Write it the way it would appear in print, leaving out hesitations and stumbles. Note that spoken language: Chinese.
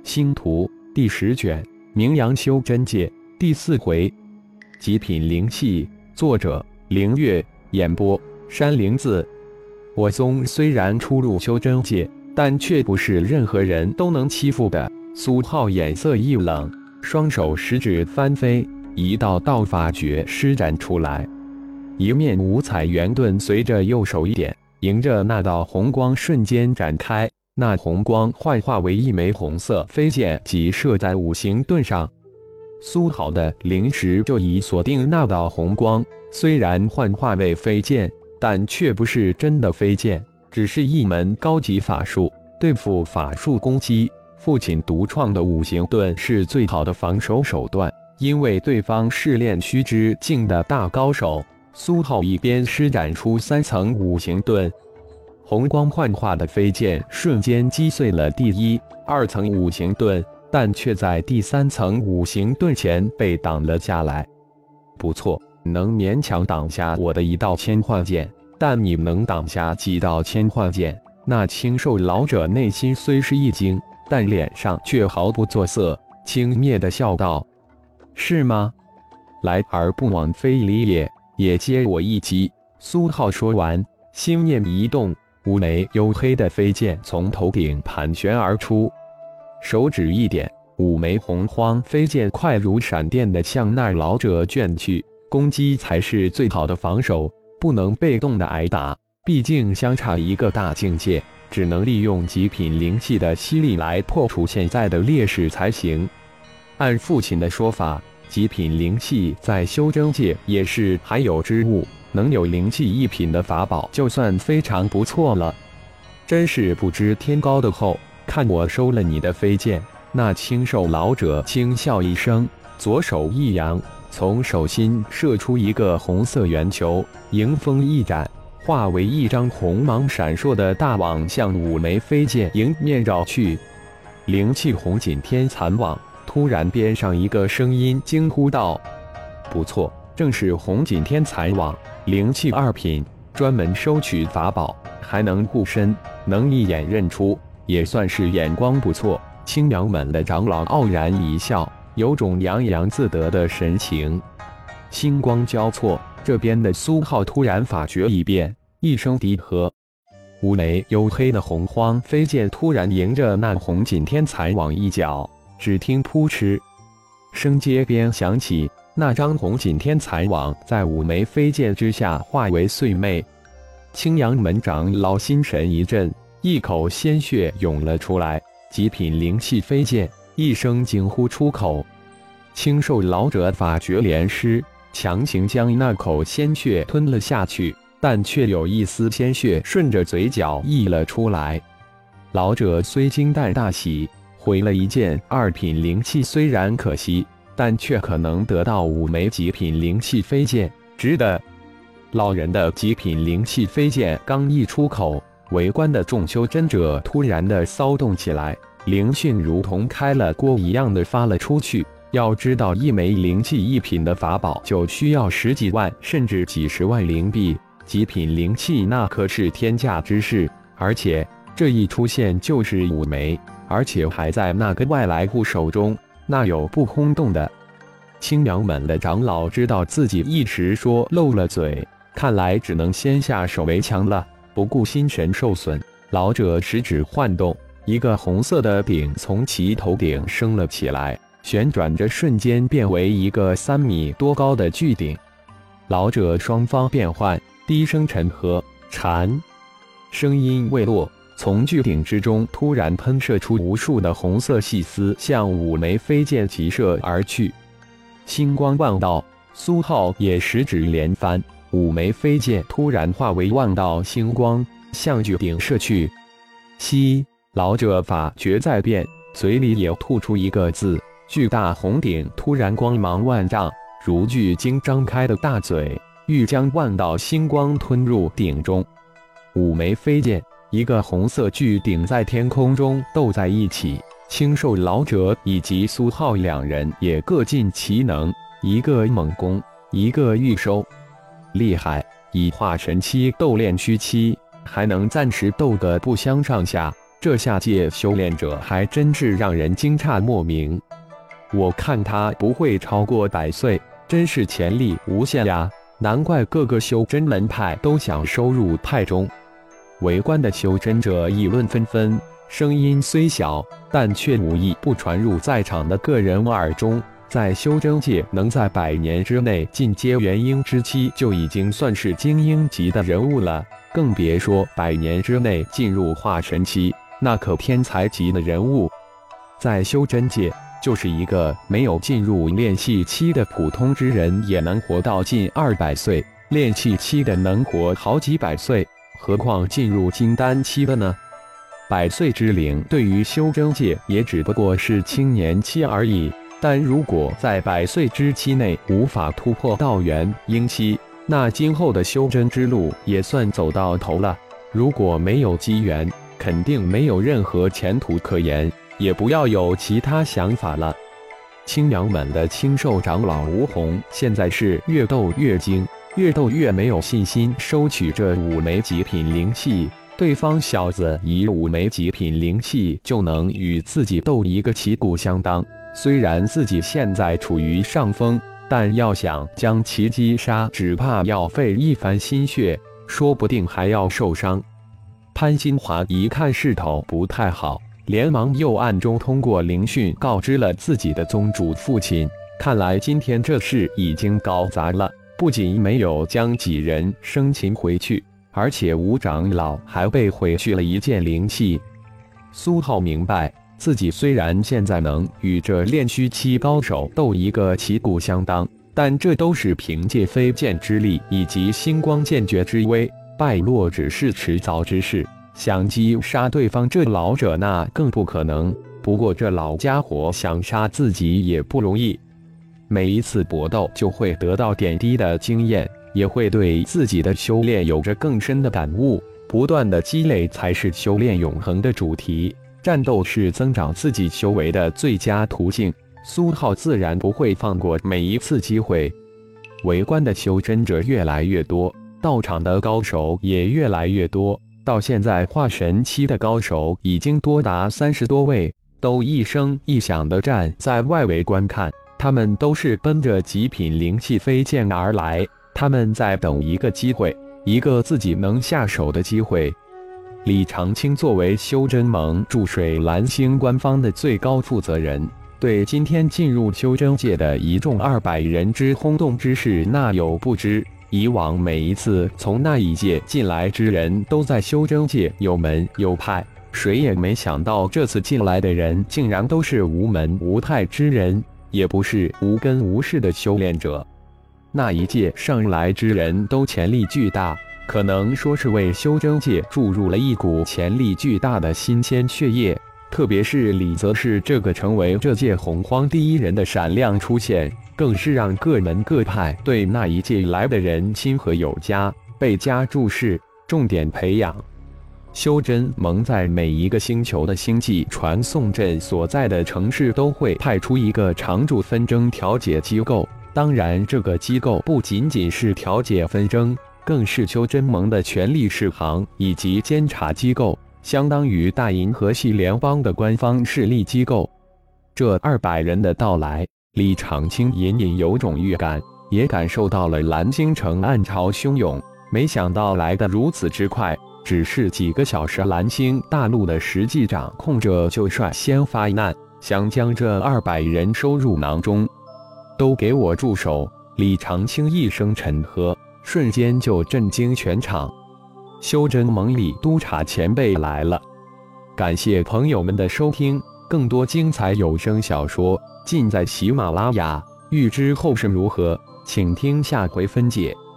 星图第10卷，名扬修真界第4回。极品灵气，作者凌月，演播山灵子。我宗虽然初入修真界，但却不是任何人都能欺负的。苏浩眼色一冷，双手食指翻飞，一道道法诀施展出来，一面五彩圆盾随着右手一点，迎着那道红光瞬间展开。那红光幻化为一枚红色飞剑，即射在五行盾上。苏浩的灵石就已锁定那道红光，虽然幻化为飞剑，但却不是真的飞剑，只是一门高级法术，对付法术攻击。父亲独创的五行盾是最好的防守手段，因为对方是练虚之境的大高手。苏浩一边施展出3层五行盾，红光幻化的飞剑瞬间击碎了第1、2层五行盾，但却在第3层五行盾前被挡了下来。不错，能勉强挡下我的一道千幻剑，但你能挡下几道千幻剑？那青瘦老者内心虽是一惊，但脸上却毫不作色，轻蔑地笑道：“是吗？来而不往非礼也接我一击。”苏浩说完，心念一动，5枚黝黑的飞剑从头顶盘旋而出，手指一点，5枚洪荒飞剑快如闪电地向那老者卷去。攻击才是最好的防守，不能被动的挨打，毕竟相差一个大境界，只能利用极品灵气的吸力来破除现在的劣势才行。按父亲的说法，极品灵气在修真界也是罕有之物，能有灵气1品的法宝就算非常不错了。真是不知天高的厚，看我收了你的飞剑。那青瘦老者轻笑一声，左手一扬，从手心射出一个红色圆球，迎风一展，化为一张红芒闪烁的大网，向5枚飞剑迎面绕去。灵气红锦天残网。突然边上一个声音惊呼道：“不错，正是红锦天残网，灵气2品，专门收取法宝，还能护身，能一眼认出，也算是眼光不错。”青阳门的长老傲然一笑，有种洋洋自得的神情。星光交错，这边的苏浩突然法诀一变，一声低喝，5枚黝黑的洪荒飞剑突然迎着那红锦天残网一脚，只听扑哧声街边响起，那张红锦天残网在5枚飞剑之下化为碎末。青阳门长老心神一震，一口鲜血涌了出来。极品灵气飞剑，一声惊呼出口。青瘦老者法诀连施，强行将那口鲜血吞了下去，但却有一丝鲜血顺着嘴角溢了出来。老者虽惊但大喜，回了一件2品灵气，虽然可惜，但却可能得到5枚极品灵气飞剑，值得。老人的极品灵气飞剑刚一出口，围观的众修真者突然的骚动起来，灵讯如同开了锅一样的发了出去。要知道1枚灵气1品的法宝就需要10几万甚至几十万灵币，极品灵气那可是天价之事，而且这一出现就是5枚，而且还在那个外来户手中，那有不轰动的？青阳门的长老知道自己一时说漏了嘴，看来只能先下手为强了。不顾心神受损，老者食指晃动，一个红色的鼎从其头顶升了起来，旋转着瞬间变为一个3米多高的巨鼎。老者双方变换，低声沉喝禅，声音未落，从巨鼎之中突然喷射出无数的红色细丝，向5枚飞剑急射而去。星光万道，苏浩也食指连翻，5枚飞剑突然化为万道星光，向巨鼎射去。西，老者法诀在变，嘴里也吐出一个字。巨大红鼎突然光芒万丈，如巨鲸张开的大嘴，欲将万道星光吞入鼎中。5枚飞剑，一个红色巨鼎在天空中斗在一起。青瘦老者以及苏浩2人也各尽其能，一个猛攻，一个御收。厉害，以化神期斗炼虚期，还能暂时斗得不相上下。 这下界修炼者还真是让人惊诧莫名。我看他不会超过100岁，真是潜力无限呀！难怪各个修真门派都想收入派中。围观的修真者议论纷纷，声音虽小，但却无一不传入在场的个人耳中。在修真界能在100年之内进阶元婴之期，就已经算是精英级的人物了，更别说100年之内进入化神期，那可天才级的人物。在修真界，就是一个没有进入炼气期的普通之人，也能活到近200岁，炼气期的能活好几百岁，何况进入金丹期的呢？100岁之龄对于修真界也只不过是青年期而已。但如果在100岁之期内无法突破到元婴期，那今后的修真之路也算走到头了。如果没有机缘，肯定没有任何前途可言，也不要有其他想法了。青阳门的青兽长老吴红现在是越斗越精，越斗越没有信心收取这5枚极品灵气。对方小子以5枚极品灵气就能与自己斗一个旗鼓相当。虽然自己现在处于上风，但要想将其击杀，只怕要费一番心血，说不定还要受伤。潘金华一看势头不太好，连忙又暗中通过灵讯告知了自己的宗主父亲。看来今天这事已经搞砸了，不仅没有将几人生擒回去，而且吴长老还被毁去了一件灵器。苏浩明白，自己虽然现在能与这炼虚期高手斗一个旗鼓相当，但这都是凭借飞剑之力以及星光剑诀之威，败落只是迟早之事。想击杀对方这老者那更不可能。不过这老家伙想杀自己也不容易。每一次搏斗就会得到点滴的经验，也会对自己的修炼有着更深的感悟。不断的积累才是修炼永恒的主题。战斗是增长自己修为的最佳途径，苏浩自然不会放过每一次机会。围观的修真者越来越多，道场的高手也越来越多，到现在化神期的高手已经多达30多位，都一声一响地站在外围观看。他们都是奔着极品灵气飞剑而来，他们在等一个机会，一个自己能下手的机会。李长青作为修真盟驻水蓝星官方的最高负责人，对今天进入修真界的一众200人之轰动之事那有不知。以往每一次从那一界进来之人都在修真界有门有派，谁也没想到这次进来的人竟然都是无门无派之人，也不是无根无势的修炼者。那一界上来之人都潜力巨大，可能说是为修真界注入了一股潜力巨大的新鲜血液。特别是李则是这个成为这届洪荒第一人的闪亮出现，更是让各门各派对那一届来的人亲和有加，倍加注视，重点培养。修真盟在每一个星球的星际传送阵所在的城市都会派出一个常驻纷争调解机构，当然这个机构不仅仅是调解纷争，更是修真盟的权力侍行以及监察机构，相当于大银河系联邦的官方势力机构。这200人的到来，李长青隐隐有种预感，也感受到了蓝星城暗潮汹涌。没想到来得如此之快，只是几个小时，蓝星大陆的实际掌控者就率先发难，想将这200人收入囊中。都给我住手！李长青一声沉喝，瞬间就震惊全场。修真盟李督察前辈来了！感谢朋友们的收听，更多精彩有声小说尽在喜马拉雅。欲知后事如何，请听下回分解。